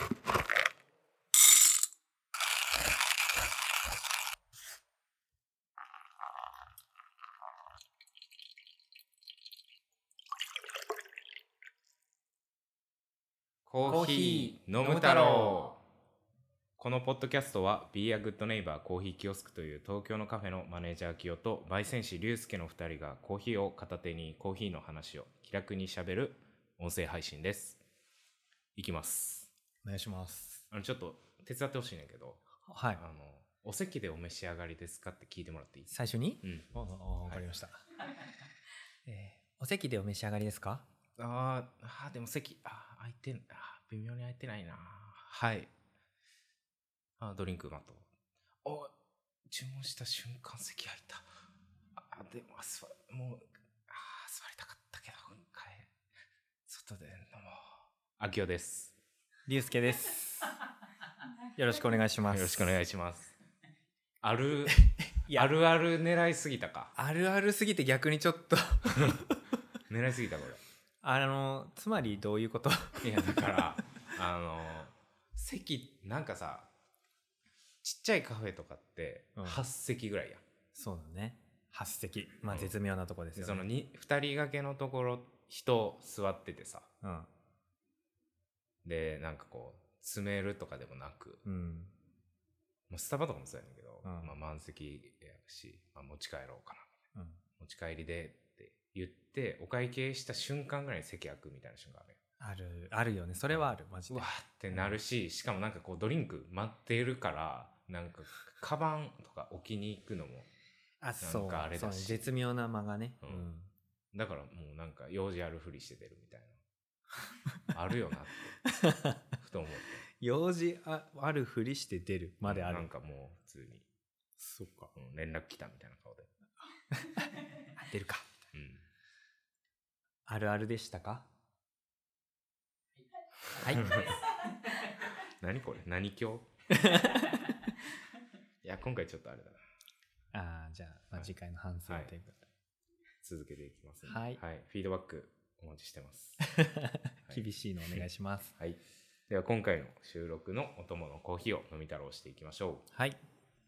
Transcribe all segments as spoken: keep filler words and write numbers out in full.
コーヒー飲む太郎。このポッドキャストは Be a Good Neighbor コーヒーキオスクという東京のカフェのマネージャー清と焙煎師龍介のふたりがコーヒーを片手にコーヒーの話を気楽にしゃべる音声配信です。いきます。 お願いします。 あのちょっと手伝ってほしいねんけど、 はい。 あのお席でお召し上がりですかって聞いてもらっていい？ 最初に？ うん。 ああ、わかりました。はい、えー、お席でお召し上がりですか？ ああ、でも席、あ、空いてん、あ、微妙に空いてないな。はい。あ、ドリンクマット。お、注文した瞬間席空いた。あ、でも、座、もう、あ、座りたかったけど、今回、外で飲もう。あきおです。 りゅうすけです。よろしくお願いします。 よろしくお願いします。ある、あるある狙いすぎたか。 あるあるすぎて逆にちょっと狙いすぎたこれ。 あの、つまりどういうこと？ いや、だから、あの、席、なんかさ、ちっちゃいカフェとかってはち席ぐらいや、うん、 そうだね、はち席、まあ絶妙なとこですよね、 うん、その 2, 2人掛けのところ人座っててさ、うん、でなんかこう詰めるとかでもなく、うんまあ、スタバとかもそうやねんけど、うんまあ、満席やし、まあ、持ち帰ろうかな、うん、持ち帰りでって言ってお会計した瞬間ぐらいに席空くみたいな瞬間あるよ。 あるあるよね、それはある、マジで。 うわーってなるし、しかもなんかこうドリンク待っているからなんかカバンとか置きに行くのもなんかあれだし、 そうそう絶妙な間がね、うんうん、だからもうなんか用事あるふりして出るみたいなあるよなってふと思って用事 あ, あるふりして出るまである、 なんかもう普通にそっか、 うん、連絡来たみたいな顔で出るか、 うん、 あるあるでしたか？はい何これ何今日いや今回ちょっとあれだなああじゃあ、まあ、次回の反省ということで、はい、 続けていきますね、 はいはい、フィードバックお待ちしてます、 はい、厳しいのお願いしますはい、では今回の収録のお供のコーヒーを飲み太郎していきましょう。 はい、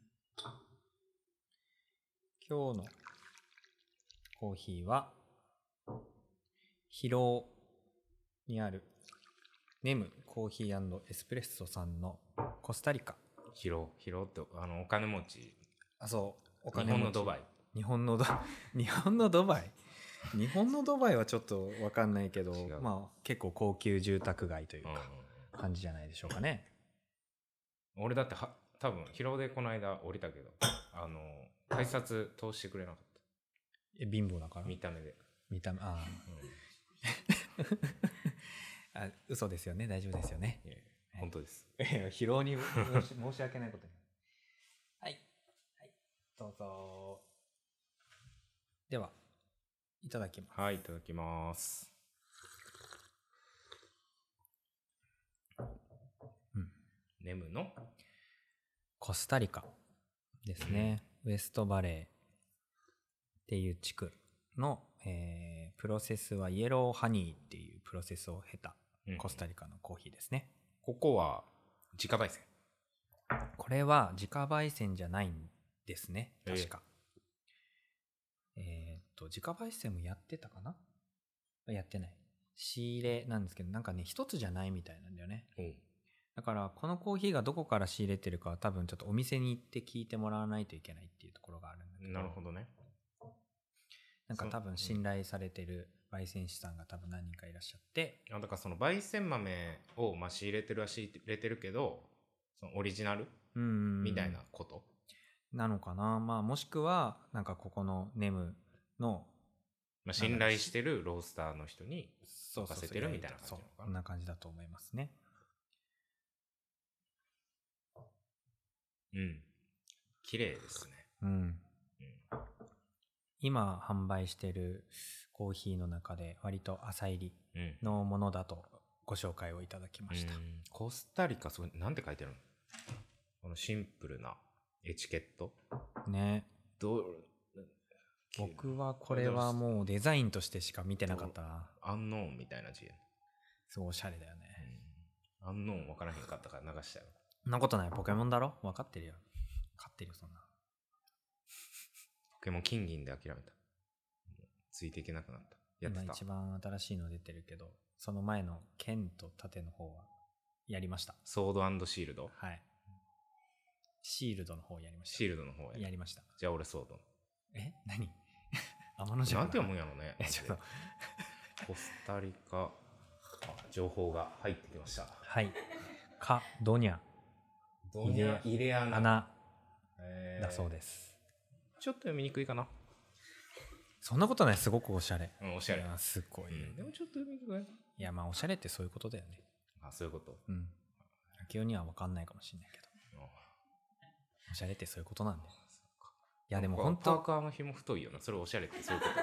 今日のコーヒーは広尾にあるネムコーヒー&エスプレッソさんのコスタリカ。 広尾広尾ってあのお金持ち、 あ、そうお金持ち、日本のドバイ、 日本のド日本のドバイ日本のドバイはちょっと分かんないけど、まあ結構高級住宅街というか感じじゃないでしょうかね、 うんうん、俺だっては多分広尾でこの間降りたけどあの改札通してくれなかった。 え貧乏だから見た目で見た目ああ、うん、あ嘘ですよね、大丈夫ですよね、いや本当です。 疲労に申し訳ないことにはい、はい、どうぞ。ではいただきます。 はい、いただきます。うん、ネムのコスタリカですね、うん、ウエストバレーっていう地区の、えー、プロセスはイエローハニーっていうプロセスを経たコスタリカのコーヒーですね、 うん、ここは自家焙煎？ これは自家焙煎じゃないんですね、確か。えー、えー、っと自家焙煎もやってたかな？やってない。仕入れなんですけど、なんかね一つじゃないみたいなんだよね、うん、だからこのコーヒーがどこから仕入れてるかは多分ちょっとお店に行って聞いてもらわないといけないっていうところがあるんだけど。 なるほどね。 なんか多分信頼されてる焙煎師さんが多分何人かいらっしゃって、 あ、だからその焙煎豆をまあ仕入れてるは仕入れてるけど、そのオリジナルみたいなことなのかな。まあもしくはなんかここのネムの、 まあ、信頼してるロースターの人に任せてるみたいな感じなのかな。 そんな感じだと思いますね。 うん、綺麗ですね。 うん。うん、今販売してるコーヒーの中で割と浅入りのものだとご紹介をいただきました。うん、 コスタリカ、それなんて書いてあるの？このシンプルなエチケットね。 どう僕はこれはもうデザインとしてしか見てなかったな。 アンノーンみたいな字。 すごいおしゃれだよね。 あんのん分からへんかったから流したよ。 そんなことない。ポケモンだろ。分かってるよ。分かってるよそんな。 ポケモン金銀で諦めた。ついていけなくなった。やってた。 今一番新しいの出てるけど、その前の剣と盾の方はやりました。 ソード&シールド。 はい。シールドの方やりました。 シールドの方ややりました。 じゃあ俺ソード。 え何天のなんて読むんやろね。 えちょっとコスタリカ情報が入ってきました。 はい。カドニャドニャイレアナ、 アナだそうです。 ちょっと読みにくいかな。 そんなことない。すごくおしゃれ。 うん、おしゃれ。 すごい、 うん、でもちょっと読みにくい。 いやまあおしゃれってそういうことだよね。 あ、そういうこと。 うん。明夫には分かんないかもしれないけど。おしゃれってそういうことなんだよ。いやでも本当パーカーの紐太いよな。それおしゃれってそういうこと。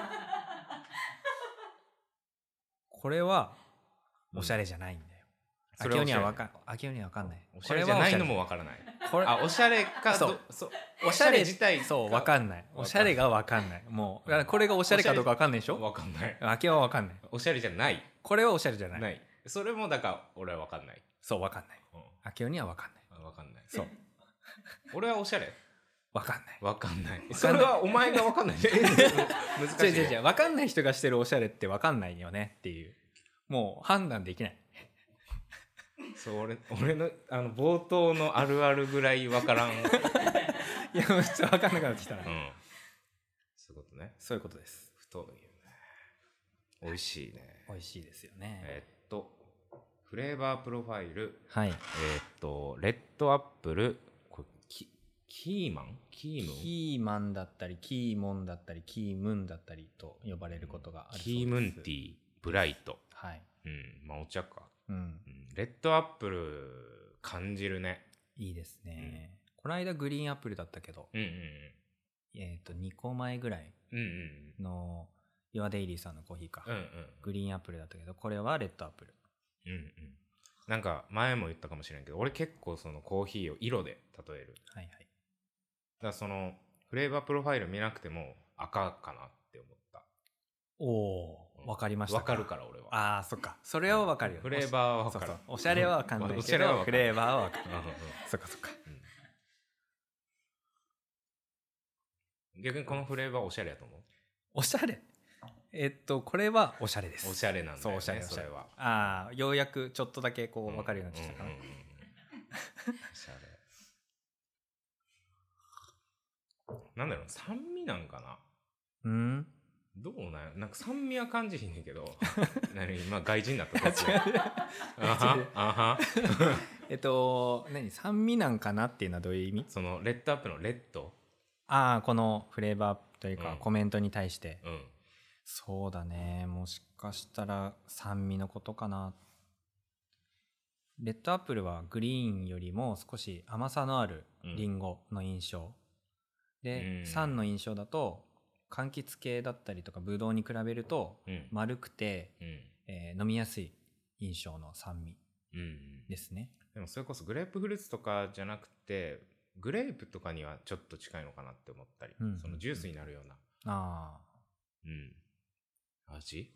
これはおしゃれじゃないんだよ。明夫には分かん、明夫には分かんない。 おしゃれじゃないのも分からない。 これあ、おしゃれか、 そうそうおしゃれ自体そう分かんない。おしゃれが分かんない。もうこれがおしゃれかどうか分かんないでしょ。 分かんない。 明夫は分かんない。 おしゃれじゃない。 これはおしゃれじゃない。 ない。それもだから俺は分かんない。 そう分かんない。明夫には分かんない。 分かんない。 そう。 俺はおしゃれ。 分かんない。 分かんない。それはお前が分かんない。難しい。 違う違う違う。分かんない人がしてるおしゃれって分かんないよねっていう。もう判断できない。 そう、俺、俺のあの冒頭のあるあるぐらい分からん。いや普通分かんなくなってきたな。うん。 そういうことね。 そういうことです。 太いよね。美味しいね。 美味しいですよね。 えー、っとフレーバープロファイル。 はい。 えー、っとレッドアップル。これキキーマンキームンキーマンだったりキーモンだったりキームンだったりと呼ばれることがあるそうです。 キームンティーブライト。 はい。 うん。まあお茶か。 うん。うん、 レッドアップル感じるね。 いいですね。うん、この間グリーンアップルだったけど、 うんうんうん、 えっとにこまえぐらいのヨアデイリーさんのコーヒーか、うんうん、グリーンアップルだったけど、これはレッドアップル。 うんうん。なんか前も言ったかもしれんけど、俺結構そのコーヒーを色で例える。 はいはい。 だからそのフレーバープロファイル見なくても赤かなって思った。 おお、わかりましたか。 わかるから俺は。 ああ、そっか。それはわかるよ。 フレーバーはわかる。 そうそう、おしゃれはわかんないけど、フレーバーはわかる。そっかそっか、 うん。逆にこのフレーバーおしゃれやと思う？ おしゃれ。えっとこれはおしゃれです。 おしゃれなんだよね。 そう、おしゃれ、 それは。 ああ、ようやくちょっとだけこうわかるようになってきたかな。おしゃれ。なんだろう、酸味なんかな。 うん。 どうなんや、なんか酸味は感じひんねんけど。何今外人だった。あはあは。 えっと何酸味なんかなっていうのはどういう意味？ そのレッドアップのレッド。 ああ、このフレーバーというか、うん、コメントに対して、 うん、 そうだね、もしかしたら酸味のことかな。レッドアップルはグリーンよりも少し甘さのあるリンゴの印象、うん、で、うん、酸の印象だと柑橘系だったりとかブドウに比べると丸くて、うん、えー、飲みやすい印象の酸味ですね、 うん、でもそれこそグレープフルーツとかじゃなくてグレープとかにはちょっと近いのかなって思ったり、うん、そのジュースになるような、 うん、ああ、 うん、味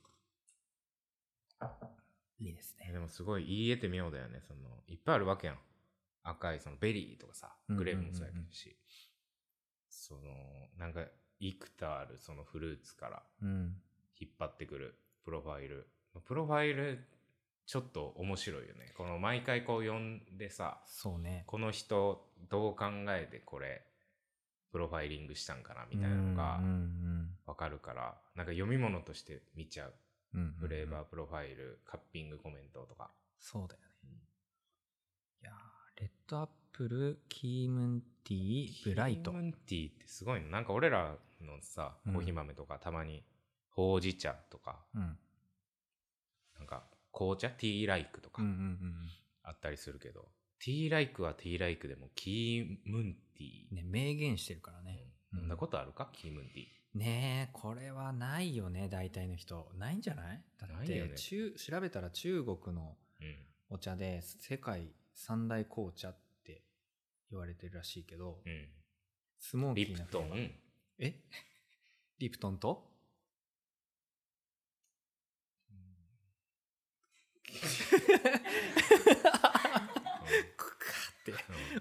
いいですね。 でもすごい言い得て妙だよね。そのいっぱいあるわけやん。赤いそのベリーとかさ、グレープもそうやけどし、うんうんうん、そのなんか幾多あるそのフルーツから引っ張ってくるプロファイル、うん、プロファイルちょっと面白いよね。この毎回こう読んでさ、 そうね、 この人どう考えてこれプロファイリングしたんかなみたいなのが分かるから、うんうんうん、なんか読み物として見ちゃう。うんうんうん、フレーバープロファイル、カッピングコメントとか。 そうだよね、うん、いやレッドアップルキームンティーブライト。 キームンティーってすごいの。なんか俺らのさ、コーヒー豆とか、うん、たまにほうじ茶とか、うん、なんか紅茶ティーライクとかあったりするけど、うんうんうん、ティーライクはティーライクでもキームンティーね、明言してるからね、 うん、そんなことあるか、キームンティーねえ、これはないよね。大体の人ないんじゃない？だって、ね、中調べたら中国のお茶で世界三大紅茶って言われてるらしいけど、うん、スモーキーなリプトン。 えリプトンと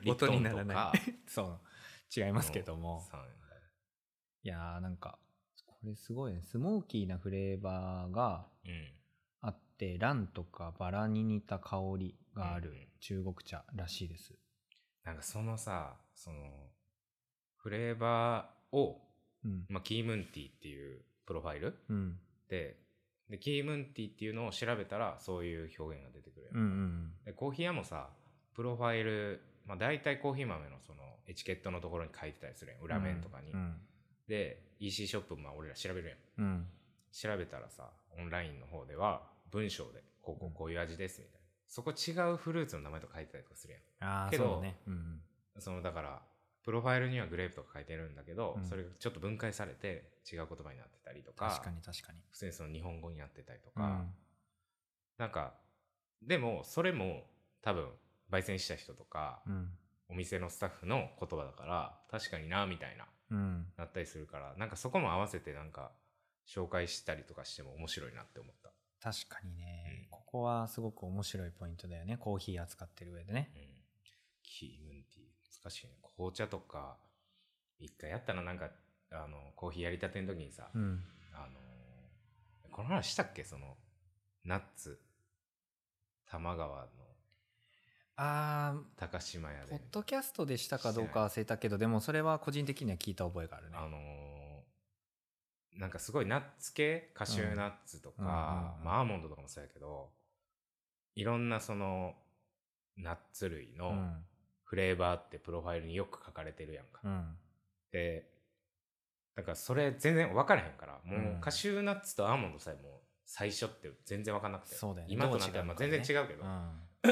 音にならないそう違いますけども、いやーなんかこれすごいね、スモーキーなフレーバーがあって、うん、ランとかバラに似た香りがある中国茶らしいです、うん、 なんかそのさ、そのフレーバーを、うんまあ、キームンティーっていうプロファイル、うん、で, でキームンティーっていうのを調べたらそういう表現が出てくるやん、うんうん、でコーヒー屋もさプロファイル、まあ、大体コーヒー豆のそのエチケットのところに書いてたりするやん、裏面とかに、うんうん、で イーシー ショップも俺ら調べるやん、うん、調べたらさオンラインの方では文章でこうこうこういう味ですみたいな、うん、そこ違うフルーツの名前とか書いてたりとかするやん。あけどそうね、うん、そのだからプロファイルにはグレープとか書いてるんだけど、うん、それがちょっと分解されて違う言葉になってたりとか、 確かに確かに普通にその日本語になってたりとか、うん、なんかでもそれも多分焙煎した人とか、うん、お店のスタッフの言葉だから確かになみたいな、うん、なったりするから、なんかそこも合わせてなんか紹介したりとかしても面白いなって思った。 確かにね、うん、ここはすごく面白いポイントだよね、コーヒー扱ってる上でね、うん、 キームンティー難しいね。紅茶とか一回やったの、なんかあのコーヒーやりたての時にさ、うん、あのこの話したっけ、そのナッツ玉川のあ高島屋でポッドキャストでしたかどうか忘れたけど、でもそれは個人的には聞いた覚えがあるね。 あのー、なんかすごいナッツ系、カシューナッツとか、うんうんうんうん、まあ、アーモンドとかもそうやけど、いろんなそのナッツ類の、うんフレーバーってプロファイルによく書かれてるやんか、うん、でだからそれ全然分からへんから、もうカシューナッツとアーモンドさえも最初って全然分かんなくて、 そうだよね、 今となってはまあ全然違うけど、うん、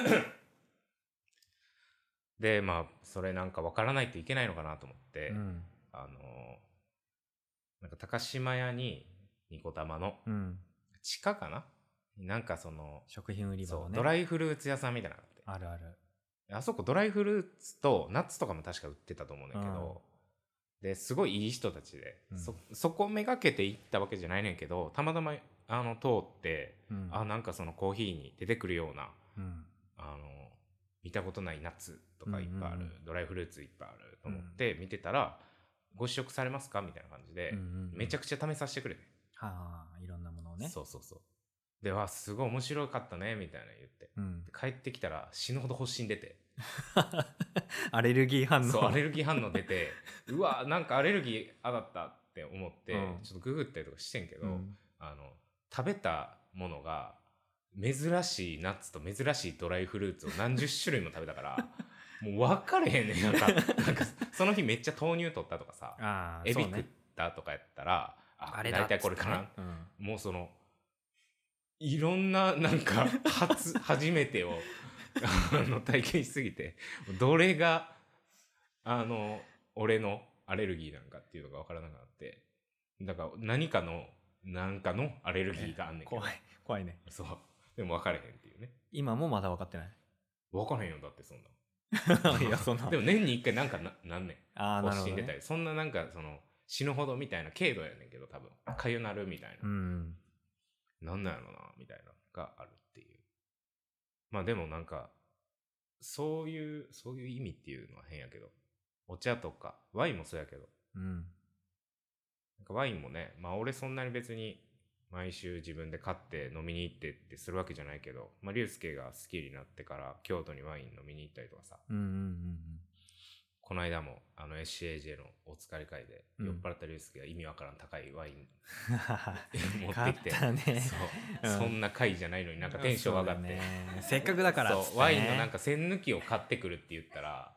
でまあそれなんか分からないといけないのかなと思って、うん、あのなんか高島屋にニコタマの、うん、地下かな、なんかその食品売り場のね、 ドライフルーツ屋さんみたいなのがあって、 あるある、 あそこドライフルーツとナッツとかも確か売ってたと思うんだけど、うん、ですごいいい人たちで、うん、そ, そこめがけて行ったわけじゃないねんけど、たまたまあの通って、うん、あなんかそのコーヒーに出てくるような、うん、あの見たことないナッツとかいっぱいある、うんうんうん、ドライフルーツいっぱいあると思って見てたら、うん、ご試食されますかみたいな感じで、うんうんうん、めちゃくちゃ試させてくれて、 はあ、いろんなものをね、 そうそうそう、でわすごい面白かったねみたいな言って、うん、帰ってきたら死ぬほど発疹出てアレルギー反応、 そうアレルギー反応出てうわなんかアレルギー当たったって思って、うん、ちょっとググったりとかしてんけど、うん、あの食べたものが珍しいナッツと珍しいドライフルーツを何十種類も食べたからもう分かれへんねん、なんかなんかその日めっちゃ豆乳取ったとかさ、あエビ食ったとかやったら、ああれだ大体これかな、うん、もうそのいろんななんか初初めてをあの体験しすぎて、どれがあの俺のアレルギーなんかっていうのが分からなくなって、だから何かの何かのアレルギーがあんねんけど、 怖い怖いね、 そうでも分かれへんっていうね。 今もまだ分かってない。 分からへんよ、だってそんないやそんなでも年に一回なんか な, なんねんあなるほど、ね、 死んでたり、そんななんかその死ぬほどみたいな軽度やねんけど、多分かゆなるみたいな、うん、なんなんやろなみたいなのがあるっていう。まあでもなんかそういうそういう意味っていうのは変やけど、お茶とかワインもそうやけど、うん、なんかワインもね、まあ俺そんなに別に毎週自分で買って飲みに行ってってするわけじゃないけど、まあ龍介が好きになってから京都にワイン飲みに行ったりとかさ、うんうんうんうん、この間もあの エスシーエージェー のお疲れ会で、酔っ払った龍介が意味わからん高いワイン持ってきて、ね、そう、うん、そんな会じゃないのになんかテンション上がって、ね、 せっかくだからっつって、ね、 そうワインのなんか栓抜きを買ってくるって言ったら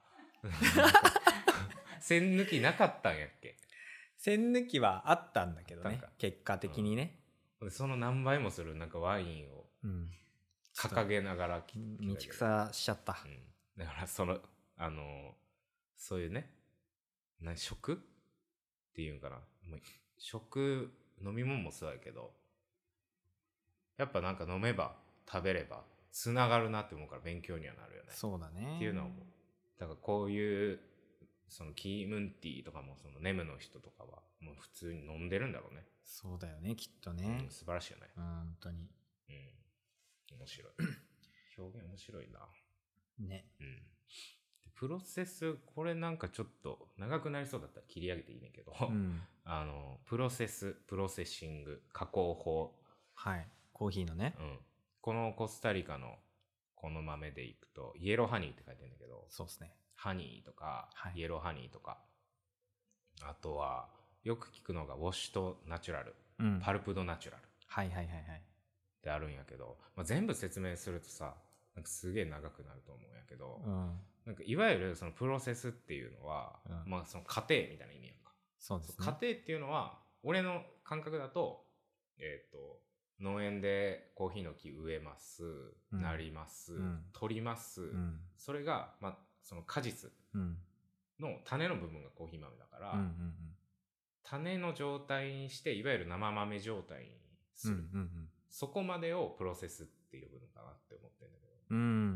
栓抜きなかったんやっけ。 栓抜きはあったんだけどね、結果的にね、 うん、その何倍もするなんかワインを掲げながら、 うん、道草しちゃった、 うん、だからそのあのそういうね、何食っていうんかな、食飲み物もそうやけど、やっぱなんか飲めば食べればつながるなって思うから勉強にはなるよね。 そうだねっていうのは思う。だからこういうそのキームンティーとかもそのネムの人とかはもう普通に飲んでるんだろうね。 そうだよねきっとね、 うん、素晴らしいよね、うん、 本当に、 うん、面白い表現面白いなね、 うん、ププロセス、これなんかちょっと長くなりそうだったら切り上げていいねんけど、うん、あのプロセス、プロセッシング、加工法、 はい、コーヒーのね、 うん、このコスタリカのこの豆でいくとイエローハニーって書いてるんだけど、 そうですね、 ハニーとか、 はい、 イエローハニーとか、あとはよく聞くのがウォッシュとナチュラル、うん、パルプドナチュラル、 はいはいはいはいってあるんやけど、まあ、全部説明するとさ、なんかすげえ長くなると思うんやけど、うん、なんかいわゆるそのプロセスっていうのは、うん、まあその過程みたいな意味やんか。 そうですね。 過程っていうのは俺の感覚だと、えっと農園でコーヒーの木植えます、うん、なります、うん、取ります、うん、それがまあその果実の種の部分がコーヒー豆だから、うんうんうん、種の状態にしていわゆる生豆状態にする、うんうんうん、そこまでをプロセスって呼ぶのかなって思ってるんだけど。 うんうんうんうん。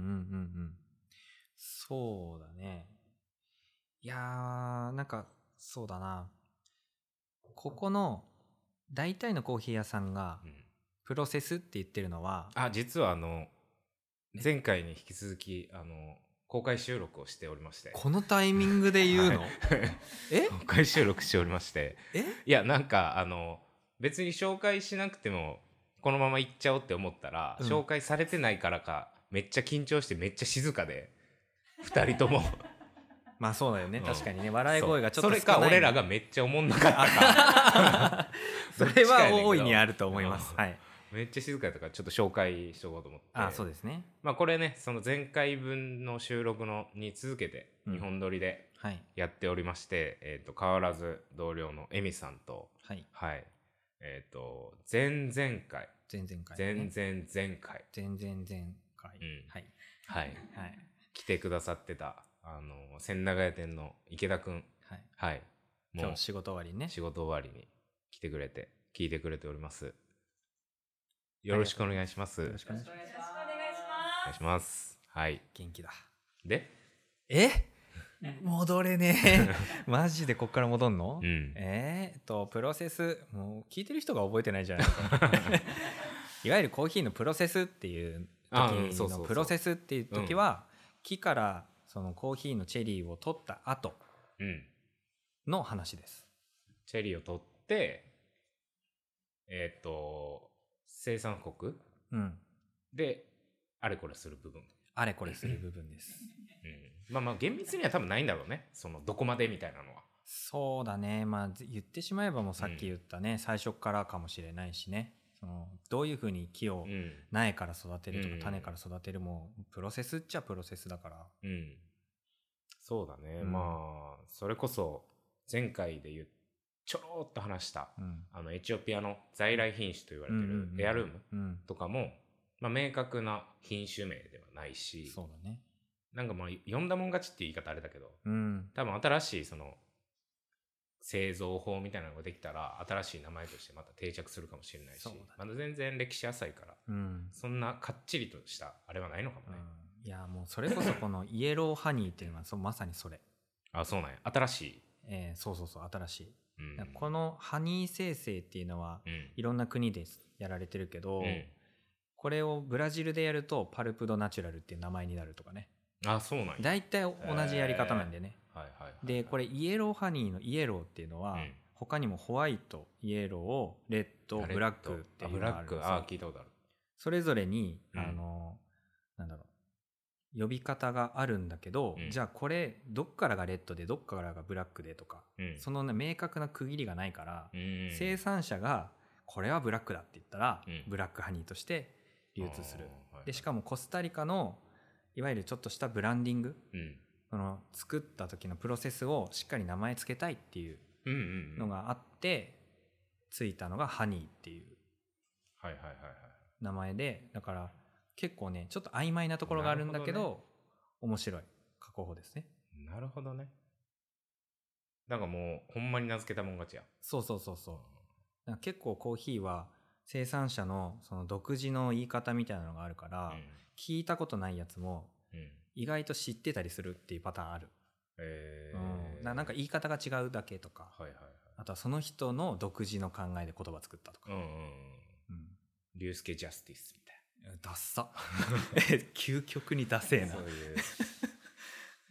そうだね。いやー、なんかそうだな。ここの大体のコーヒー屋さんがプロセスって言ってるのは、 うん、あ、実はあの前回に引き続きあの公開収録をしておりまして。 このタイミングで言うの？はい、 え？公開収録しておりまして。え？いやなんかあの別に紹介しなくてもこのまま行っちゃおうって思ったら、うん、紹介されてないからかめっちゃ緊張してめっちゃ静かでふたりともまあそうだよね、うん、確かにね、笑い声がちょっと少ない、 それか俺らがめっちゃおもんなかったかそれは大いにあると思います、うん、はい、 めっちゃ静かだからちょっと紹介しとこうと思って。 あ、そうですね。 まあこれね、その前回分の収録のに続けてにほん撮りでやっておりまして、うん、はい、えー、と変わらず同僚のエミさんと、はい、はい、えっ、ー、と前々回前々回、 ね、前々前回前々前回、 うん、はいはい、はい、来てくださってたあの千長屋店の池田くん、はい、はい、 もう今日仕事終わりにね、 仕事終わりに来てくれて聞いてくれております。よろしくお願いします。よろしくお願いします。お願いします。はい。 元気だ。 で？ え？戻れねえ。マジでこっから戻んの？うん、えーっとプロセス、もう聞いてる人が覚えてないじゃないか。いわゆるコーヒーのプロセスっていう時のプロセスっていう時は、木からそのコーヒーのチェリーを取った後の話です。 うん、チェリーを取って、えーっと生産国、うん、であれこれする部分、 あれこれする部分です、 うん、まあまあ厳密には多分ないんだろうね、そのどこまでみたいなのは。 そうだね、まあ言ってしまえばもうさっき言ったね、うん、最初からかもしれないしね、そのどういうふうに木を苗から育てるとか、うん、種から育てるもプロセスっちゃプロセスだから、 うん、そうだね、うん、まあそれこそ前回で言ってちょろっと話した、うん、あのエチオピアの在来品種と言われてるエアルームとかも、うんうん、まあ、明確な品種名ではないし、 そうだね、 なんかまあ読んだもん勝ちって言い方あれだけど、うん、多分新しいその製造法みたいなのができたら新しい名前としてまた定着するかもしれないし、ね、まだ全然歴史浅いから、うん、そんなかっちりとしたあれはないのかもね、 うん、いやもうそれこそこのイエローハニーっていうのはそまさにそれ。 あ、そうなんや、新しい、 えー、そうそうそう、新しい、うん、このハニー生成っていうのは、うん、いろんな国でやられてるけど、うん、これをブラジルでやるとパルプドナチュラルっていう名前になるとかね。 あ、そうなんや。 大体同じやり方なんでね、えーはいはいはいはい、でこれイエローハニーのイエローっていうのは、うん、他にもホワイト、イエロー、レッド、ブラックっていうのがあるんですよ。 ブラック、あ、聞いたことある。 それぞれに、うん、あのなんだろう、呼び方があるんだけど、うん、じゃあこれどっからがレッドでどっからがブラックでとか、うん、その、ね、明確な区切りがないから、うん、生産者がこれはブラックだって言ったら、うん、ブラックハニーとして流通する、でしかもコスタリカのいわゆるちょっとしたブランディング、うん、その作った時のプロセスをしっかり名前つけたいっていうのがあってついたのがハニーっていう名前で、だから結構ねちょっと曖昧なところがあるんだけど、ね、面白い加工法ですね。 なるほどね。なんかもうほんまに名付けたもん勝ちや。 そうそうそうそう。なんか結構コーヒーは生産者のその独自の言い方みたいなのがあるから、うん、聞いたことないやつも意外と知ってたりするっていうパターンある。へー、うん、な, なんか言い方が違うだけとか、はいはいはい、あとはその人の独自の考えで言葉作ったとか、うんうんうん、 リュウスケジャスティスみたいな。 ダッサ究極にダセえな。そういう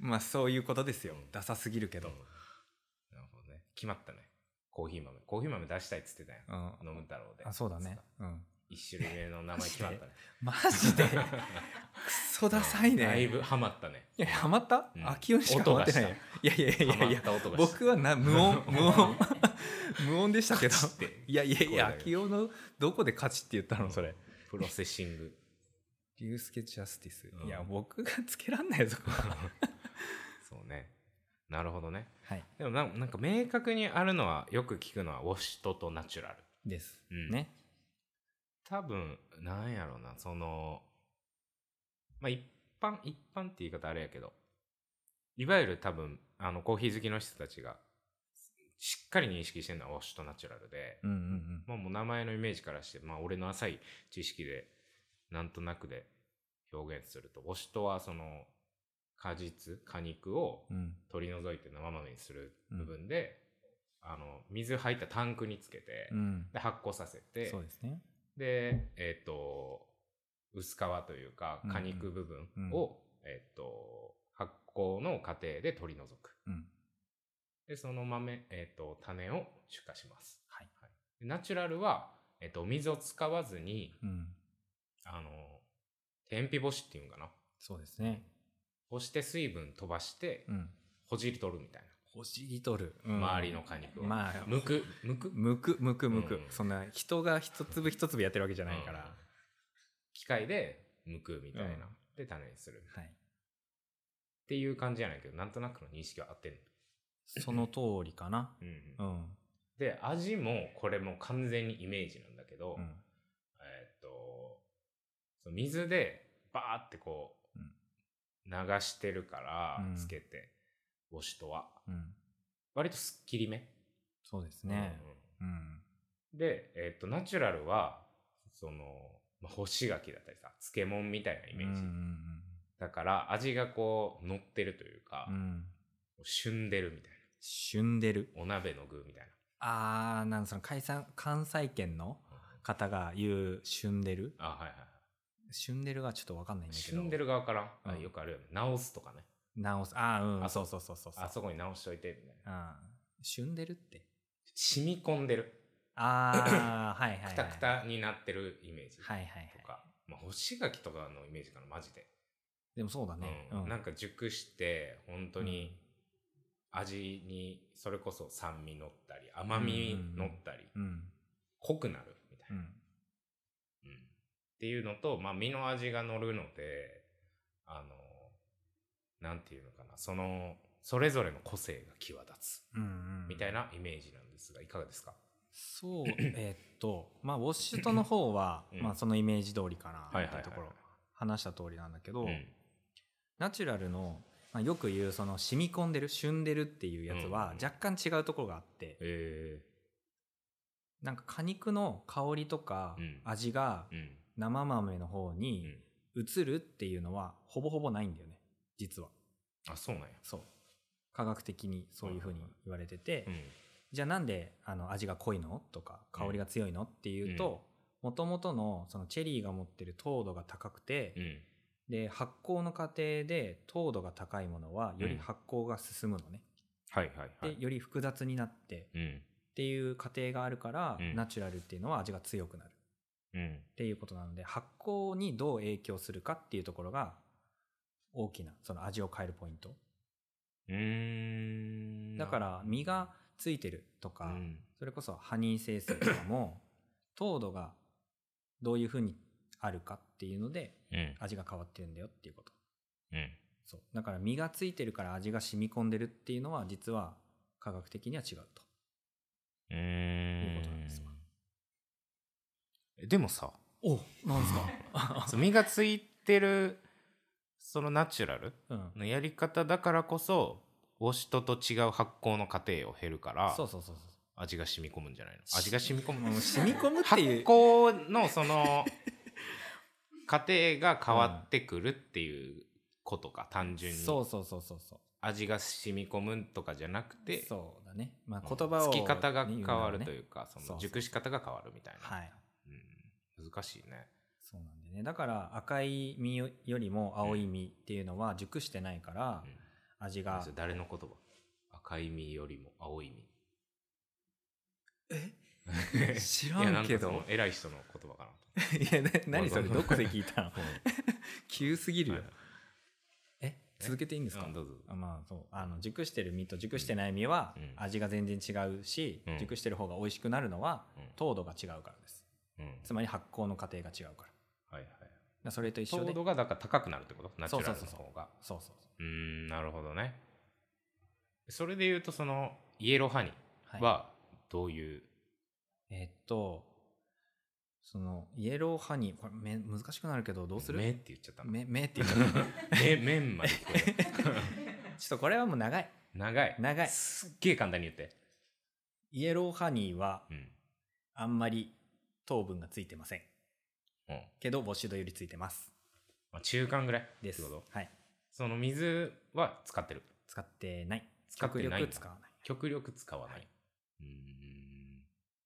まあそういうことですよ、うん、ダサすぎるけど、うん、 なるほどね。決まったね。コーヒー豆コーヒー豆出したいっつってたやん、うん、飲む太郎で。 あ、そうだね、うん、 一種類目の名前決まったね。 マジでクソダサいね、 うん、だいぶハマったね。 いやハマった、うん、秋代にしかハマってないよ。いやいやいやいや僕はな無音無音無音でしたけどいやいやいや秋代のどこで勝ちって言ったのそれ、うん、 プロセッシングリュウスケジャスティス、うん、いや僕がつけらんないよそこはそうね、なるほどね、 はい、 でも な, なんか明確にあるのはよく聞くのはウォシュトとナチュラルです、 うん、 ね。 多分なんやろうな、そのまあ一般一般って言い方あれやけど、いわゆる多分あのコーヒー好きの人たちがしっかり認識してるのはウォシュとナチュラルで、 うんうんうん、 まあ、もう名前のイメージからして、まあ、俺の浅い知識でなんとなくで表現すると、ウォシュとはその果実果肉を取り除いて生豆にする部分で、うん、あの水入ったタンクにつけて、うん、で発酵させて、 そうですね、 でえっ、ー、と薄皮というか果肉部分を、うんうん、えっ、ー、と発酵の過程で取り除く、うん、でその豆、えー、と種を出荷します、はいはい、ナチュラルは、えー、と水を使わずに、うん、あの天日干しっていうのかな、 そうですね、 干して水分飛ばして、うん、ほじり取るみたいな、 ほじり取る、 うん、周りの果肉を、まあ、むくむくむくむくむく、うん、そんな人が一粒一粒やってるわけじゃないから、うん、 機械でむくみたいな、うん、で種にする、はい、っていう感じじゃないけど、なんとなくの認識は合ってる。 その通りかな、うん、うん、 で味もこれも完全にイメージなんだけど、うん、えー、っと水でバーってこう、うん、流してるからつけて、ウォシュとは、うん、割とすっきりめ、 そうですね、うんうんうん、で、えー、っとナチュラルはその、まあ、干し柿だったりさ、漬物みたいなイメージ、うんうんうん、だから味がこう乗ってるというか、うん、旬でるみたいな、 旬でる、 お鍋の具みたいな、 あー、なんその関西関西圏の方が言う旬でる、 あ、はいはいはい、 旬でるがちょっと分かんないんだけど、 旬でる側から、うん、よくあるよね、直すとかね、 直す、あー、うん、あ、そうそうそうそう、 あそこに直しといてみたいな、 あ、旬でるって染み込んでる、 あーはいはいはい、 くたくたになってるイメージとか、 はいはいはい、 まあ、干し柿とかのイメージかな、マジで。 でもそうだね、 うんうん、なんか熟して本当に味にそれこそ酸味乗ったり甘み乗ったり、うんうんうん、濃くなるみたいな、うんうん、っていうのと、まあ、身の味が乗るので、あのなんていうのかな、そのそれぞれの個性が際立つ、うんうん、みたいなイメージなんですが、いかがですか？ そう、えー、っとまあウォッシュとの方は、うん、まあ、そのイメージ通りかなっていうところ、話した通りなんだけど、うん、ナチュラルの、まあ、よく言うその染み込んでる旬でるっていうやつは若干違うところがあって、うん、なんか果肉の香りとか味が生豆の方に移るっていうのはほぼほぼないんだよね、実は。 あ、そうなんや。 そう、科学的にそういうふうに言われてて、うん、じゃあなんであの味が濃いのとか香りが強いのっていうと、もともとのそのチェリーが持ってる糖度が高くて、うん、で発酵の過程で糖度が高いものはより発酵が進むのね、 うん、はいはいはい、 でより複雑になって、うん、っていう過程があるから、うん、ナチュラルっていうのは味が強くなる、うん、っていうことなので、発酵にどう影響するかっていうところが大きなその味を変えるポイント。うーん、だから実がついてるとか、うん、それこそハニー生成とかも糖度がどういうふうにあるかっていうので、うん、味が変わってるんだよっていうこと、うん、そうだから実がついてるから味が染み込んでるっていうのは実は科学的には違うと、うーん、いうことなんですわ。 でもさ、 お、なんですか実がついてるそのナチュラルのやり方だからこそ、ウォシュとと違う発酵の過程を経るから、 そうそうそうそう、 味が染み込むんじゃないの？味が染み込む染み込むっていう発酵のその過程が変わってくるっていうことか、単純に。 そうそうそうそうそう、 味が染み込むとかじゃなくて、 そうだね、まあ、言葉を、 つき方が変わるというか、その熟し方が変わるみたいな。はい、うん、難しいね。 そうなんでね、だから赤い実よりも青い実っていうのは熟してないから、うん、 味が。 誰の言葉？赤い実よりも青い実。え知らんけど。 いや、なんかその偉い人の言葉かな。いや、な何それどこで聞いたの？急すぎるよ。はい、え続けていいんですか？ どうぞ。 あ、まあそう。あの熟してる実と熟してない実は味が全然違うし、うん、熟してる方が美味しくなるのは糖度が違うからです。うん、つまり発酵の過程が違うから。はいはい。それと一緒で。 糖度がだから高くなるってこと？ナチュラルの方が。 そうそうそう。 うーん、なるほどね。それでいうとそのイエローハニーはどういう、 はい、えー、っとそのイエローハニーこれめ難しくなるけどどうする？ めって言っちゃったの。 めめって言っちゃっため麺まで聞こえる。 ちょっとこれはもう長い長い長いすっげえ簡単に言って。 イエローハニーは、うん、あんまり糖分がついてません、うん、けどウォッシュドよりついてます。 中間ぐらいです。はい。 その水は使ってる？使ってない。 使ってない。 極力使わない。 極力使わない。はい、うーん。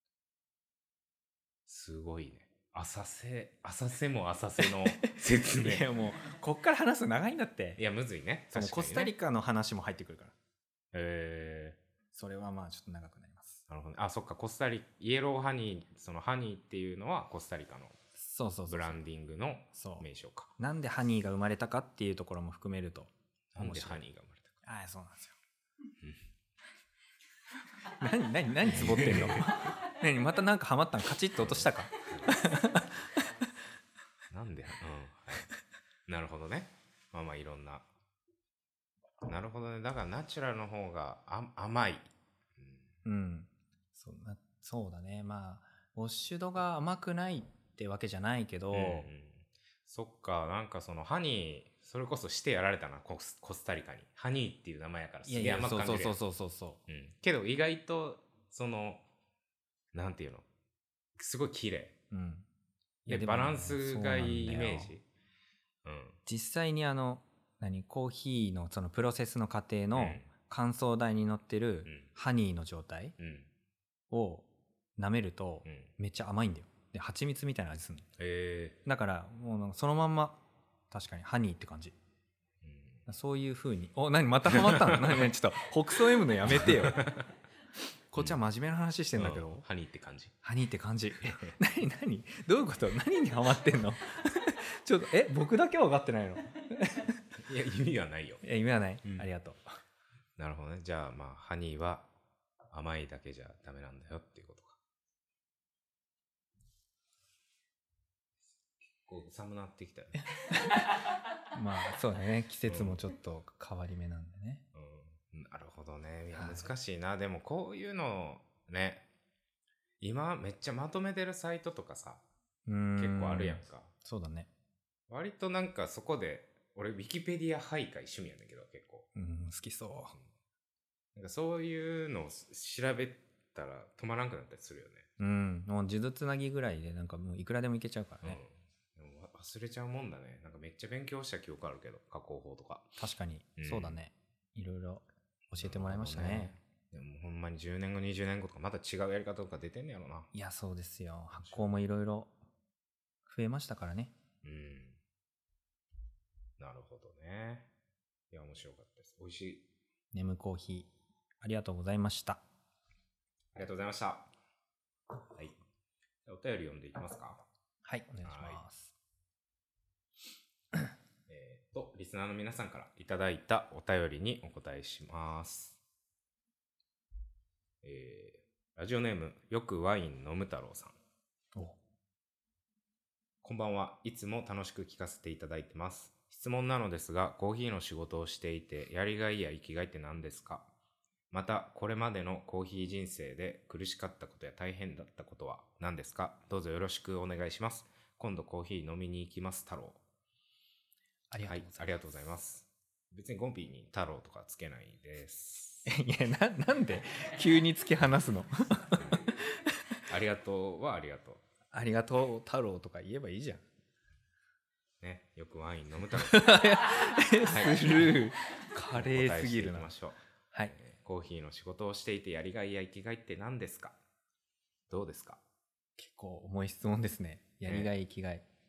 すごいね。浅瀬、浅瀬も浅瀬の説明。 いやもうこっから話すの長いんだって。 いやむずいね。 そのコスタリカの話も入ってくるから。 へえ。 それはまあちょっと長くなります。 なるほどね。あ、そっか。コスタリイエローハニー、そのハニーっていうのはコスタリカのそうそうそうブランディングの名称か。 なんでハニーが生まれたかっていうところも含めると。 なんでハニーが生まれたか。 ああそうなんですよ。何何何つぼってんの？何またなんかハマったの？カチッと落としたか？ なんで、うん、はい、なるほどね。まあまあいろんな。なるほどね。だからナチュラルの方があ甘い。 うん。うん、そうなそうだね。まあウォッシュドが甘くないってわけじゃないけど。うんうん、 そっか。なんかそのハニーそれこそしてやられたなコス、コスタリカにハニーっていう名前やからすげえ甘く感じる。 そうそうそうそうそう、 うん、けど意外とそのなんていうのすごい綺麗、うん、でバランスがいいイメージ、 うん、実際にあの何コーヒーのそのプロセスの過程の乾燥台に乗ってるハニーの状態を舐めるとめっちゃ甘いんだよ。で蜂蜜みたいな味するの、へー、だからもうそのまんま確かにハニーって感じ、うん、そういう風に。お何またハマったの？何ちょっと北総 M のやめてよ。こっちは真面目な話してんだけど、うん、 ハニーって感じハニーって感じ何何どういうこと？何にハマってんの？ちょっとえ僕だけは分かってないの？ いや意味はないよ。 いや意味はない、うん、ありがとう。 なるほどね。じゃあまあハニーは甘いだけじゃダメなんだよっていうことか。こう寒なってきたよね。 まあそうだね。季節もちょっと変わり目なんでね、 うん、なるほどね。いや難しいな、はい、でもこういうのね今めっちゃまとめてるサイトとかさ結構あるやんか。 そうだね。 割となんかそこで俺ウィキペディア徘徊趣味やねんけど結構、 うん、好きそう、うん、 なんかそういうのを調べたら止まらんくなったりするよね。 うん、もう数珠つなぎぐらいでなんかもういくらでもいけちゃうからね、 うん、でも忘れちゃうもんだね。なんかめっちゃ勉強した記憶あるけど加工法とか。 確かに、うん、そうだね。いろいろ教えてもらいましたね。 でもほんまにじゅうねんごにじゅうねんごとかまた違うやり方とか出てんねやろな。 いやそうですよ。発酵もいろいろ増えましたからね。うん。 なるほどね。いや面白かったです。美味しい。 ネムコーヒーありがとうございました。 ありがとうございました。はい。お便り読んでいきますか。 はい、お願いします。 えっとリスナーの皆さんからいただいたお便りにお答えします。えー、ラジオネームよくワイン飲む太郎さん。おこんばんは。いつも楽しく聞かせていただいてます。質問なのですが、コーヒーの仕事をしていてやりがいや生きがいって何ですか？またこれまでのコーヒー人生で苦しかったことや大変だったことは何ですか？どうぞよろしくお願いします。今度コーヒー飲みに行きます太郎。 ありがとうございます。 はい、ありがとうございます。別にゴンピーに太郎とかつけないです。 いや な, なんで急に突き放すの？ ありがとうはありがとう。 ありがとう太郎とか言えばいいじゃん。 ね、よくワイン飲む太郎。 はい、スルー。華麗すぎるな。 答えしていきましょう。 はい、 えー。コーヒーの仕事をしていてやりがいや生きがいって何ですか？どうですか？ 結構重い質問ですね。やりがい、生きがい。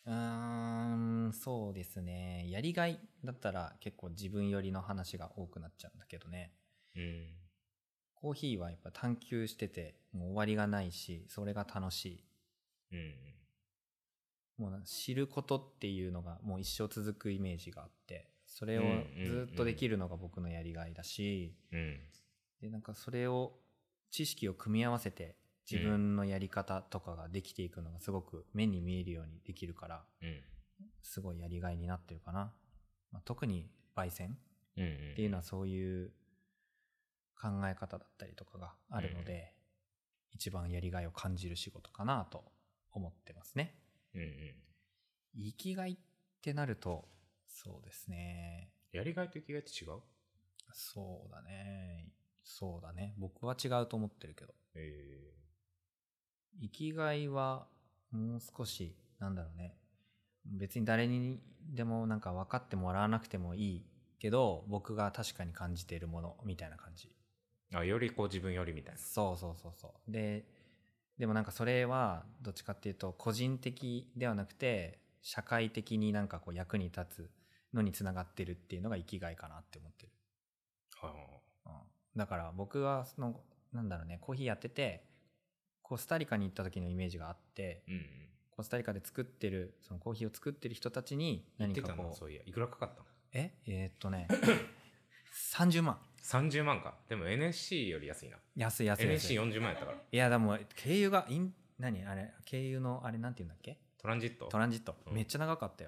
うーん、そうですね。やりがいだったら結構自分寄りの話が多くなっちゃうんだけどね。 うん。 コーヒーはやっぱ探求してて、もう終わりがないし、それが楽しい。 うん。 もう知ることっていうのがもう一生続くイメージがあって、それをずっとできるのが僕のやりがいだし、 うん。 で、なんかそれを、知識を組み合わせて自分のやり方とかができていくのがすごく目に見えるようにできるから、 うん、 すごいやりがいになってるかな。まあ、特に焙煎っていうのはそういう考え方だったりとかがあるので、うんうん、一番やりがいを感じる仕事かなと思ってますね。 うんうん、 生きがいってなると、そうですね。 やりがいと生きがいって違う？ そうだね。そうだね。僕は違うと思ってるけど。 えー、生きがいはもう少し、なんだろうね。別に誰にでもなんか分かってもらわなくてもいいけど、僕が確かに感じているものみたいな感じ。 あ、よりこう自分よりみたいな。 そうそうそうそう。で、でもなんかそれはどっちかっていうと個人的ではなくて社会的になんかこう役に立つのにつながってるっていうのが生きがいかなって思ってる。 はあ、うん、だから僕はそのなんだろうね、コーヒーやっててコスタリカに行った時のイメージがあって、うんうん、コスタリカで作ってるそのコーヒーを作ってる人たちに何かこう、 そういやいくらかかったの？ ええー、っとねさんじゅうまん。 さんじゅうまんか。でも エヌエスシー より安いな。 安い安い安い。 エヌエスシーよんじゅうまんやったから。 いやでも経由がイン何あれ経由のあれなんて言うんだっけ？ トランジット。 トランジット、うん、めっちゃ長かったよ。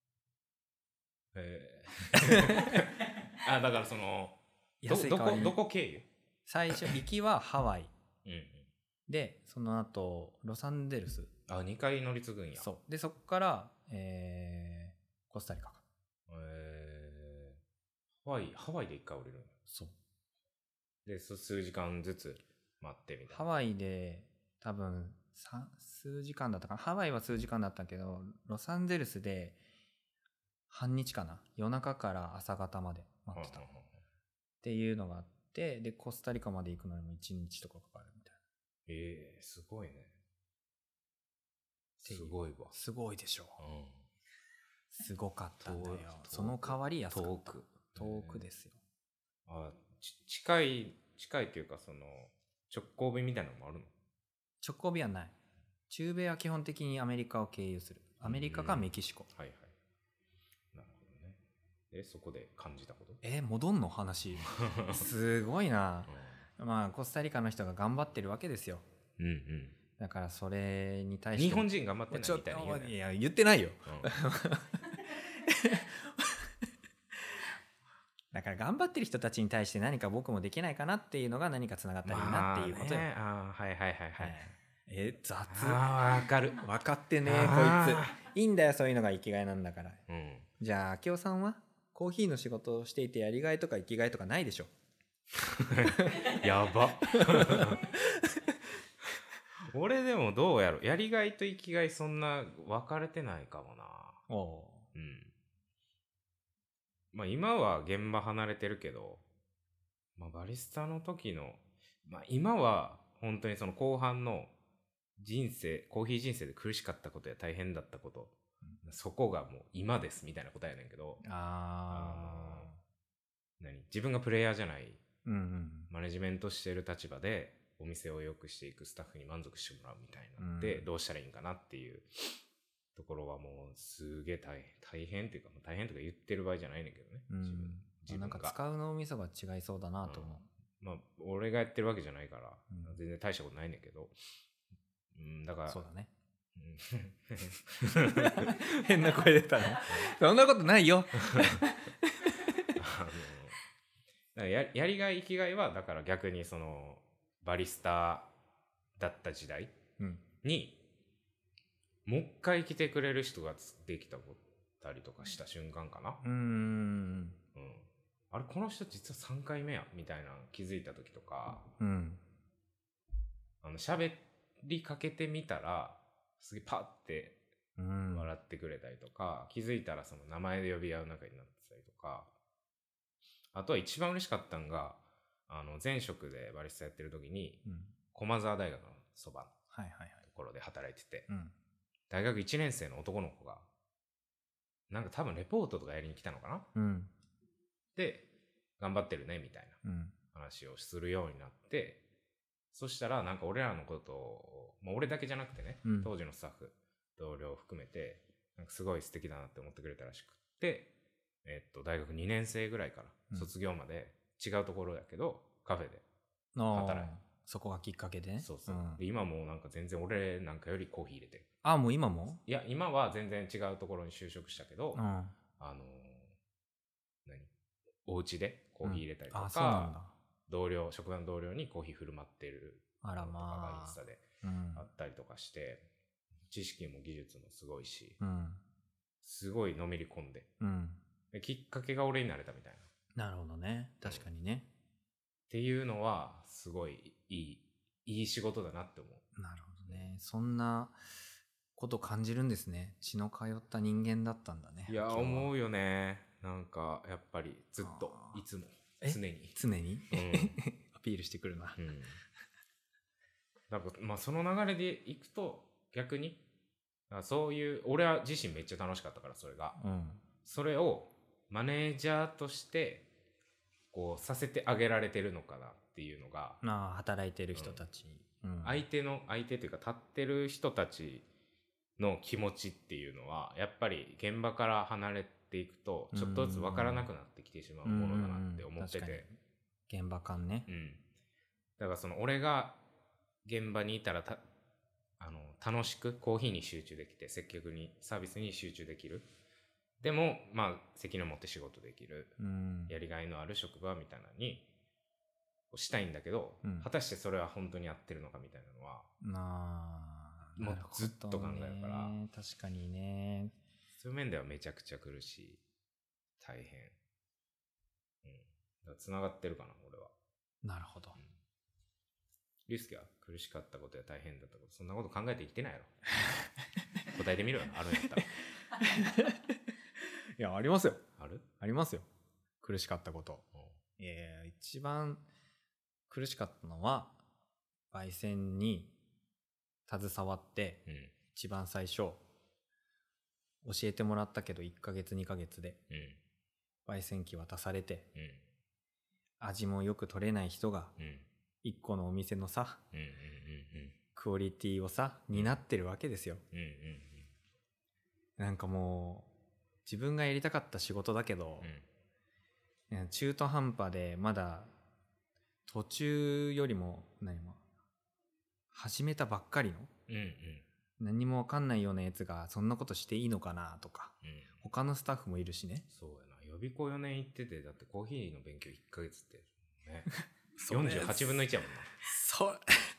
へえ。あ、だからそのどどこどこ経由？ 最初行きはハワイ、 うんうん、 でその後ロサンゼルス。 あ、にかい乗り継ぐんや。 そうでそこから、えー、コスタリカか。 えー、ハワイハワイでいっかい降りるんや。 そうで数時間ずつ待ってみたいな。 ハワイで多分数時間だったかな。ハワイは数時間だったけどロサンゼルスで半日かな。夜中から朝方まで待ってた、うんうんうん、っていうのがあって、でコスタリカまで行くのにもいちにちとかかかるみたいな。 えー、すごいね。すごいわ。 すごいでしょ、うん、すごかったんだよ。その代わり安かった。遠く遠くですよ。 あ、ち近い近いっていうかその直行便みたいなのもあるの？ 直行便はない。中米は基本的にアメリカを経由する。アメリカかメキシコ、 うん、はいはい。なるほどね。え、そこで感じたこと？ え戻んの話すごいな、うん、まあコスタリカの人が頑張ってるわけですよ。 うんうん。 だからそれに対して日本人頑張ってないみたいな言うね。 いや言ってないよ、うん、だから頑張ってる人たちに対して何か僕もできないかなっていうのが何かつながったらいいなっていうことよ。 まあね、あ、はいはいはいはい、はい、 え雑。 あ、分かる分かってねこいつ。いいんだよそういうのが生きがいなんだから、うん、じゃあ明夫さんはコーヒーの仕事をしていてやりがいとか生きがいとかないでしょ？ やば俺でもどうやろ、やりがいと生きがいそんな分かれてないかもな。おう、うん、まあ今は現場離れてるけど、まあ、バリスタの時の、まあ今は本当にその後半の人生、コーヒー人生で苦しかったことや大変だったこと、うん、そこがもう今ですみたいな答えやねんけど、ああ何自分がプレイヤーじゃない、うんうん、マネジメントしてる立場でお店を良くしていくスタッフに満足してもらうみたいなで、うん、どうしたらいいんかなっていうところはもうすげえ大変大変っていうか大変とか言ってる場合じゃないねんけどね、うん、自分自分がなんか使う脳みそが違いそうだなと思う、 うん、まあ俺がやってるわけじゃないから、うん、全然大したことないねんけど、うん、だからそうだね変な声出たねそんなことないよあの や, やりがい生きがいはだから逆にそのバリスタだった時代に、うん、もう一回来てくれる人ができたたりとかした瞬間かな。うーん、うん、あれこの人実はさんかいめやみたいな気づいた時とか、うん、あの喋りかけてみたらすげえパッて笑ってくれたりとか、うん、気づいたらその名前で呼び合う仲になってたりとか、あとは一番嬉しかったのがあの前職でバリスタやってる時に、うん、駒沢大学のそばのところで働いてて、はいはいはい、 大学いちねん生の男の子がなんか多分レポートとかやりに来たのかな、 うん、 で頑張ってるねみたいな話をするようになって、そしたらなんか俺らのことを、まあ、俺だけじゃなくてね、うん、当時のスタッフ同僚を含めてなんかすごい素敵だなって思ってくれたらしくって、えっと大学にねん生ぐらいから卒業まで違うところやけど、うん、カフェで働いて、 そこがきっかけでね。 そうそう、うん、で今もなんか全然俺なんかよりコーヒー入れてる。 あ、もう今も？ いや今は全然違うところに就職したけど、うん、あのー、何お家でコーヒー入れたりとか、うん、あ、そうなんだ。同僚職場の同僚にコーヒー振る舞ってるとかがインスタであったりとかして、うん、知識も技術もすごいし、うん、すごいのめり込んで、うん、できっかけが俺になれたみたいな。なるほどね、確かにね、うん、 っていうのはすごいいいいい仕事だなって思う。 なるほどね、そんなこと感じるんですね。血の通った人間だったんだね。 いや思うよね。なんかやっぱりずっといつも常に常に、うん、アピールしてくるな、うん、 なんかまあその流れでいくと逆にそういう俺は自身めっちゃ楽しかったからそれが、うん、それをマネージャーとしてこうさせてあげられてるのかなっていうのが、 ああ働いてる人たち、 うん、相手の相手というか立ってる人たちの気持ちっていうのはやっぱり現場から離れていくとちょっとずつ分からなくなってきてしまうものだなって思ってて、 現場感ね、 うん、だからその俺が現場にいたらたあの楽しくコーヒーに集中できて接客にサービスに集中できる、でもまあ責任を持って仕事できる、うん、やりがいのある職場みたいなのにしたいんだけど、うん、果たしてそれは本当にやってるのかみたいなのは、 まあ、 もうずっと考えるから、 ね、確かにね、 そういう面ではめちゃくちゃ苦しい、大変、うん、だからつながってるかな俺は。 なるほど。 リュウスケは苦しかったことや大変だったことそんなこと考えて生きてないやろ答えてみろよ、あるんやったら。 いやありますよ。 ある？ ありますよ、苦しかったこと。うん、いや一番苦しかったのは焙煎に携わって、うん、一番最初教えてもらったけどいっかげつにかげつで、うん、焙煎機渡されて、うん、味もよく取れない人が、うん、一個のお店のさ、うんうんうんうん、クオリティをさ担ってるわけですよ、うんうんうん、なんかもう自分がやりたかった仕事だけど、うん、中途半端でまだ途中よりも何も始めたばっかりの、うんうん、何も分かんないようなやつがそんなことしていいのかなとか、うん、他のスタッフもいるしね。 そうやな、予備校よねん行っててだってコーヒーの勉強いっかげつってねよんじゅうはちぶんのいちやもんな。 そう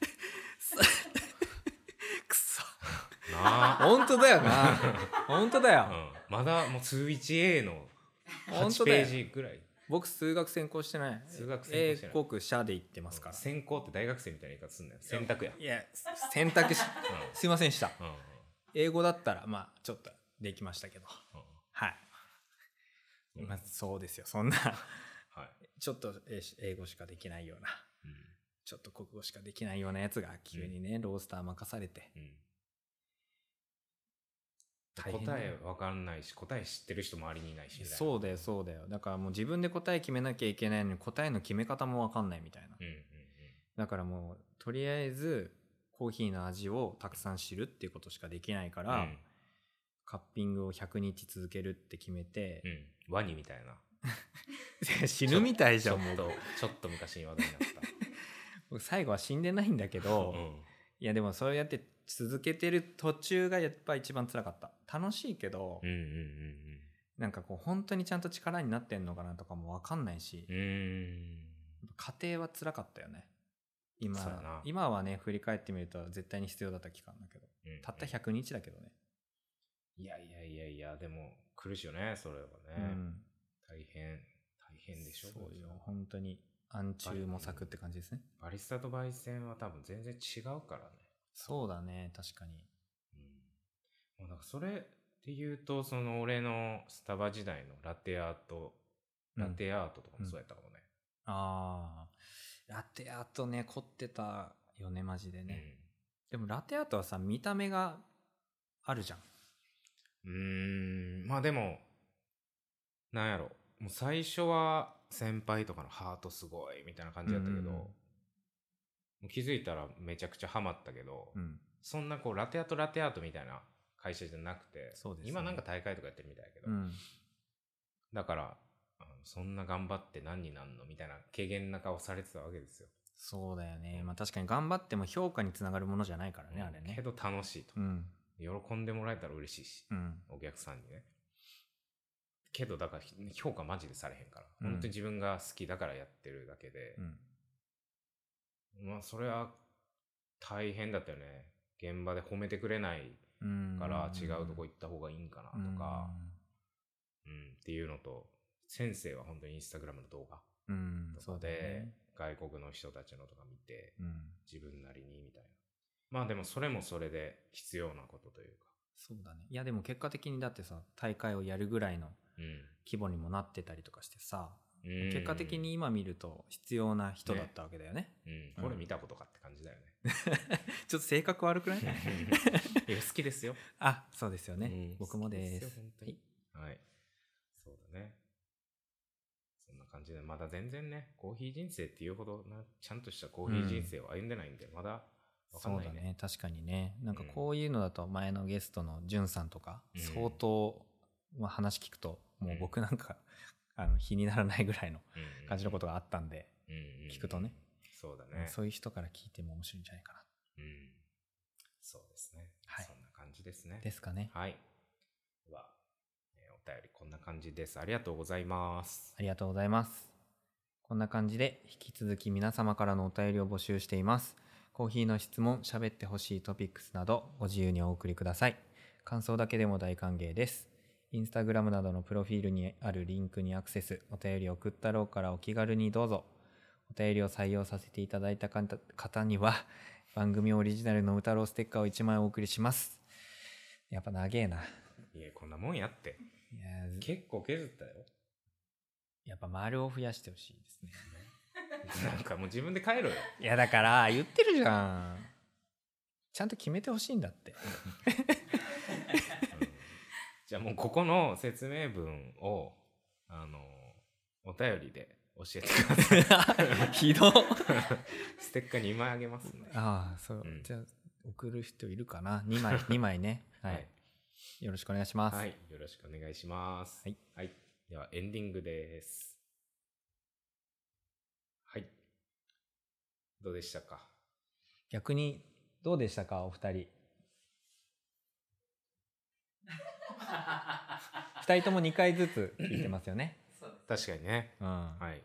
くそなあ本当だよな本当だよ、 うん、まだもう数 いちエー のはちページぐらい。 僕数学専攻してない。 数学専攻してない。 英国社で行ってますから、うん、 専攻って大学生みたいな言い方すんなよ。選択や。 いや選択し、うん、すいませんでした、うん、英語だったらまあちょっとできましたけど、うん、はい、うん、まあそうですよそんな、はい、ちょっと英語しかできないような、うん、ちょっと国語しかできないようなやつが急にね、うん、ロースター任されて、うん、 答え分かんないし答え知ってる人周りにいないし、 そうだよそうだよ。だからもう自分で答え決めなきゃいけないのに答えの決め方も分かんないみたいな、うんうんうん、だからもうとりあえずコーヒーの味をたくさん知るっていうことしかできないから、うん、カッピングをひゃくにち続けるって決めて、 うん、ワニみたいな死ぬみたいじゃん。 もうちょっとちょっと昔に話題になった僕最後は死んでないんだけど、うん、いやでもそうやって続けてる途中がやっぱ一番辛かった。楽しいけど、うんうんうんうん、なんかこう本当にちゃんと力になってんのかなとかも分かんないし、うーん家庭は辛かったよね。今今はね振り返ってみると絶対に必要だった期間だけど、うんうん、たったひゃくにちだけどね。 いやいやいやいやでも苦しいよねそれはね、うん、大変大変でしょ。 そうよ本当に暗中模索って感じですね。 バリスタと焙煎は多分全然違うからね。 そうだね確かに、 うん、なんかそれで言うとその俺のスタバ時代のラテアート、うん、ラテアートとかもそうやったかもね、 うん、あーラテアートね凝ってたよねマジでね、うん、でもラテアートはさ見た目があるじゃん。 うーんまあでもなんやろもう最初は先輩とかのハートすごいみたいな感じだったけど、うんうんうん、もう気づいたらめちゃくちゃハマったけど、うん、そんなこうラテアートラテアートみたいな会社じゃなくて、そうですね、今なんか大会とかやってるみたいだけど、うん、だからあのそんな頑張って何になんのみたいな軽減な顔されてたわけですよ。 そうだよね、うん、まあ確かに頑張っても評価につながるものじゃないからね、うん、あれね。 けど楽しいと、うん、喜んでもらえたら嬉しいし、うん、お客さんにね。けどだから評価マジでされへんから、うん、本当に自分が好きだからやってるだけで、うん、まあそれは大変だったよね。現場で褒めてくれないから違うとこ行った方がいいんかなとか、うん、うん、っていうのと、先生は本当にインスタグラムの動画とかで、うんね、外国の人たちのとか見て、うん、自分なりにみたいな。まあでもそれもそれで必要なことというか。 そうだね。いやでも結果的にだってさ、大会をやるぐらいの規模にもなってたりとかしてさ、うん、結果的に今見ると必要な人だったわけだよね。 ね、うん、これ見たことかって感じだよね。 ちょっと性格悪くない？いや好きですよ。 あ、そうですよね。うん、僕もです。 ですよ本当に。はい。はい。そうだね。そんな感じで、まだ全然ね、コーヒー人生っていうほどなちゃんとしたコーヒー人生を歩んでないんで、うん、まだわかんないね。 そうだね、確かにね。なんかこういうのだと前のゲストのじゅんさんとか、うん、相当、まあ、話聞くともう僕なんか、うん、あの比にならないぐらいの感じのことがあったんで、うん、聞くとね、 そうだね。 そういう人から聞いても面白いんじゃないかな。 うん、そうですね。はい。そんな感じですね。 ですかね。 はい。では、えー、お便りこんな感じです。ありがとうございます。 ありがとうございます。こんな感じで引き続き皆様からのお便りを募集しています。コーヒーの質問、喋ってほしいトピックスなどご自由にお送りください。感想だけでも大歓迎です。インスタグラムなどのプロフィールにあるリンクにアクセス、お便り送ったろうからお気軽にどうぞ。お便りを採用させていただいた方には、番組オリジナルの歌ろうステッカーをいちまいお送りします。やっぱ長えな。 いや、こんなもんやって。いや結構削ったよ。 やっぱ丸を増やしてほしいですね。 なんかもう自分で変えろよ。 いやだから言ってるじゃん。ちゃんと決めてほしいんだって。 じゃあもうここの説明文をあのお便りで教えてください。 ひどっ。 ステッカーにまいあげますね。 ああそう、うん、じゃあ送る人いるかな。にまいにまいね。はい、はい、よろしくお願いします。 はい、よろしくお願いします。はい、はい、ではエンディングです。はい、どうでしたか。 逆にどうでしたかお二人。二人ともにかいずつ聞いてますよね。 そうです。確かにね、うん、はい。あ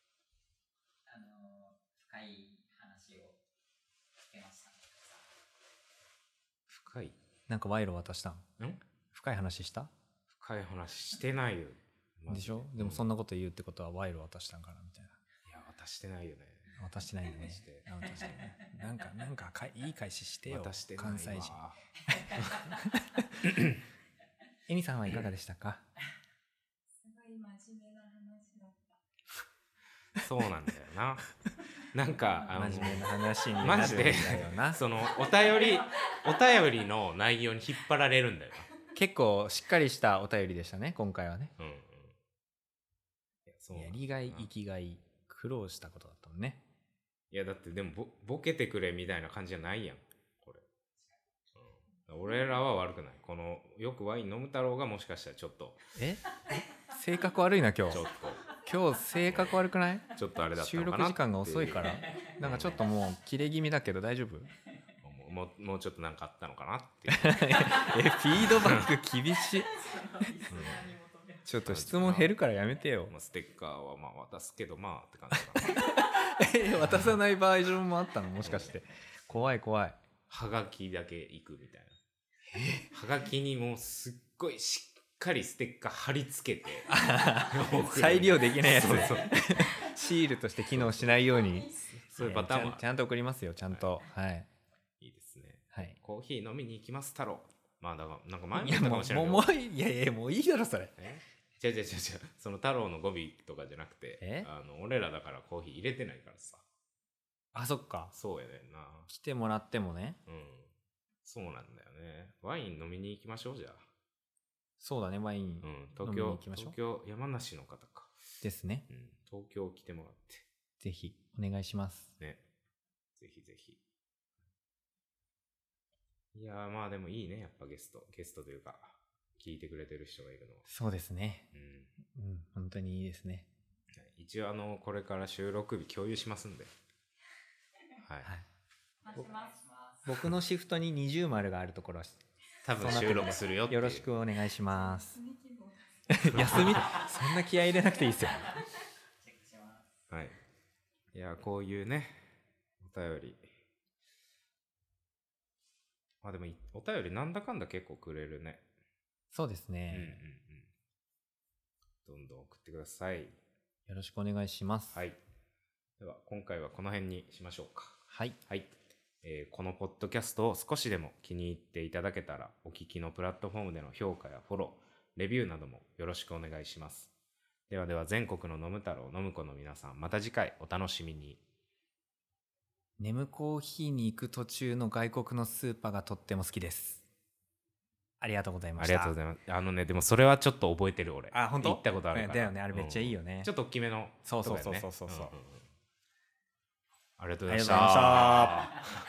の深い話を聞けました。 深いなんか賄賂渡したん？ん深い話した？ 深い話してないよ。 でしょ。でもそんなこと言うってことは賄賂渡したんかなみたいな。 いや渡してないよね。 渡してないよね。渡してない。なんかなんかかいい返ししてよ。 渡してないわ。 関西人。エミさんはいかがでしたか？ すごい真面目な話だった。 そうなんだよな。なんかあの真面目な話になってるんだよな。 そのお便りお便りの内容に引っ張られるんだよな。 結構しっかりしたお便りでしたね今回はね。うんうん。 いやそうやりがい生きがい苦労したことだったもんね。 いやだってでも ボ, ボケてくれみたいな感じじゃないやんこれ、うん、俺らは悪くない。このよくワイン飲む太郎がもしかしたらちょっとえ性格悪いな今日。ちょっと今日性格悪くない？ ちょっとあれだったのかな。収録時間が遅いからなんかちょっともう切れ気味だけど大丈夫？ もう、もうちょっとなんかあったのかなっていうえフィードバック厳しい、うん、ちょっと質問減るからやめてよ。 ステッカーはまあ渡すけどまあって感じかな。 え渡さないバージョンもあったのもしかして。怖い怖い。 はがきだけ行くみたいな。はがきにもうすっごいしっかりステッカー貼り付けて再利用できないやつ。そうそうシールとして機能しないようにそういうパターンもち, ちゃんと送りますよちゃんと。はい、はい、 いいですね。 はい、 コーヒー飲みに行きます太郎。まあだからなんか前も言ったかもしれないけど。 もういやいやもういいだろそれ。 え違う違う違う違うその太郎の語尾とかじゃなくてあの俺らだからコーヒー入れてないからさ。 あそっか。 そうやねんな。 来てもらってもね。 うんそうなんだよね。ワイン飲みに行きましょうじゃあ。 そうだね、ワイン、 うん、東飲み京に行きましょう。 東京山梨の方か。 ですね。 うん、東京来てもらって。 ぜひお願いします。 ね。ぜひぜひ。いやーまあでもいいね、やっぱゲストゲストというか聞いてくれてる人がいるのは。 そうですね。 うん、 うん、本当にいいですね。 一応あのこれから収録日共有しますんで。はい。 待ってます。 僕のシフトに二重丸があるところ多分収録するよっていう。 よろしくお願いします。休みそんな気合い入れなくていいですよ。 はい。いやこういうねお便り。まあでもお便りなんだかんだ結構くれるね。 そうですね。 うんうんうん。どんどん送ってください。 よろしくお願いします。 はい。では今回はこの辺にしましょうか。 はい。 はい。えー、このポッドキャストを少しでも気に入っていただけたらお聞きのプラットフォームでの評価やフォロー、レビューなどもよろしくお願いします。ではでは全国の飲む太郎飲む子の皆さん、また次回お楽しみに。 ネムコーヒーに行く途中の外国のスーパーがとっても好きです。ありがとうございました。 ありがとうございます。あのねでもそれはちょっと覚えてる俺。 あ、本当？ 行ったことあるから。 だよね、あれめっちゃいいよね。 うん、ちょっと大きめの、ね。 そうそうそうそうそうそう、うんうんうん。 ありがとうございました。 ありがとうございました。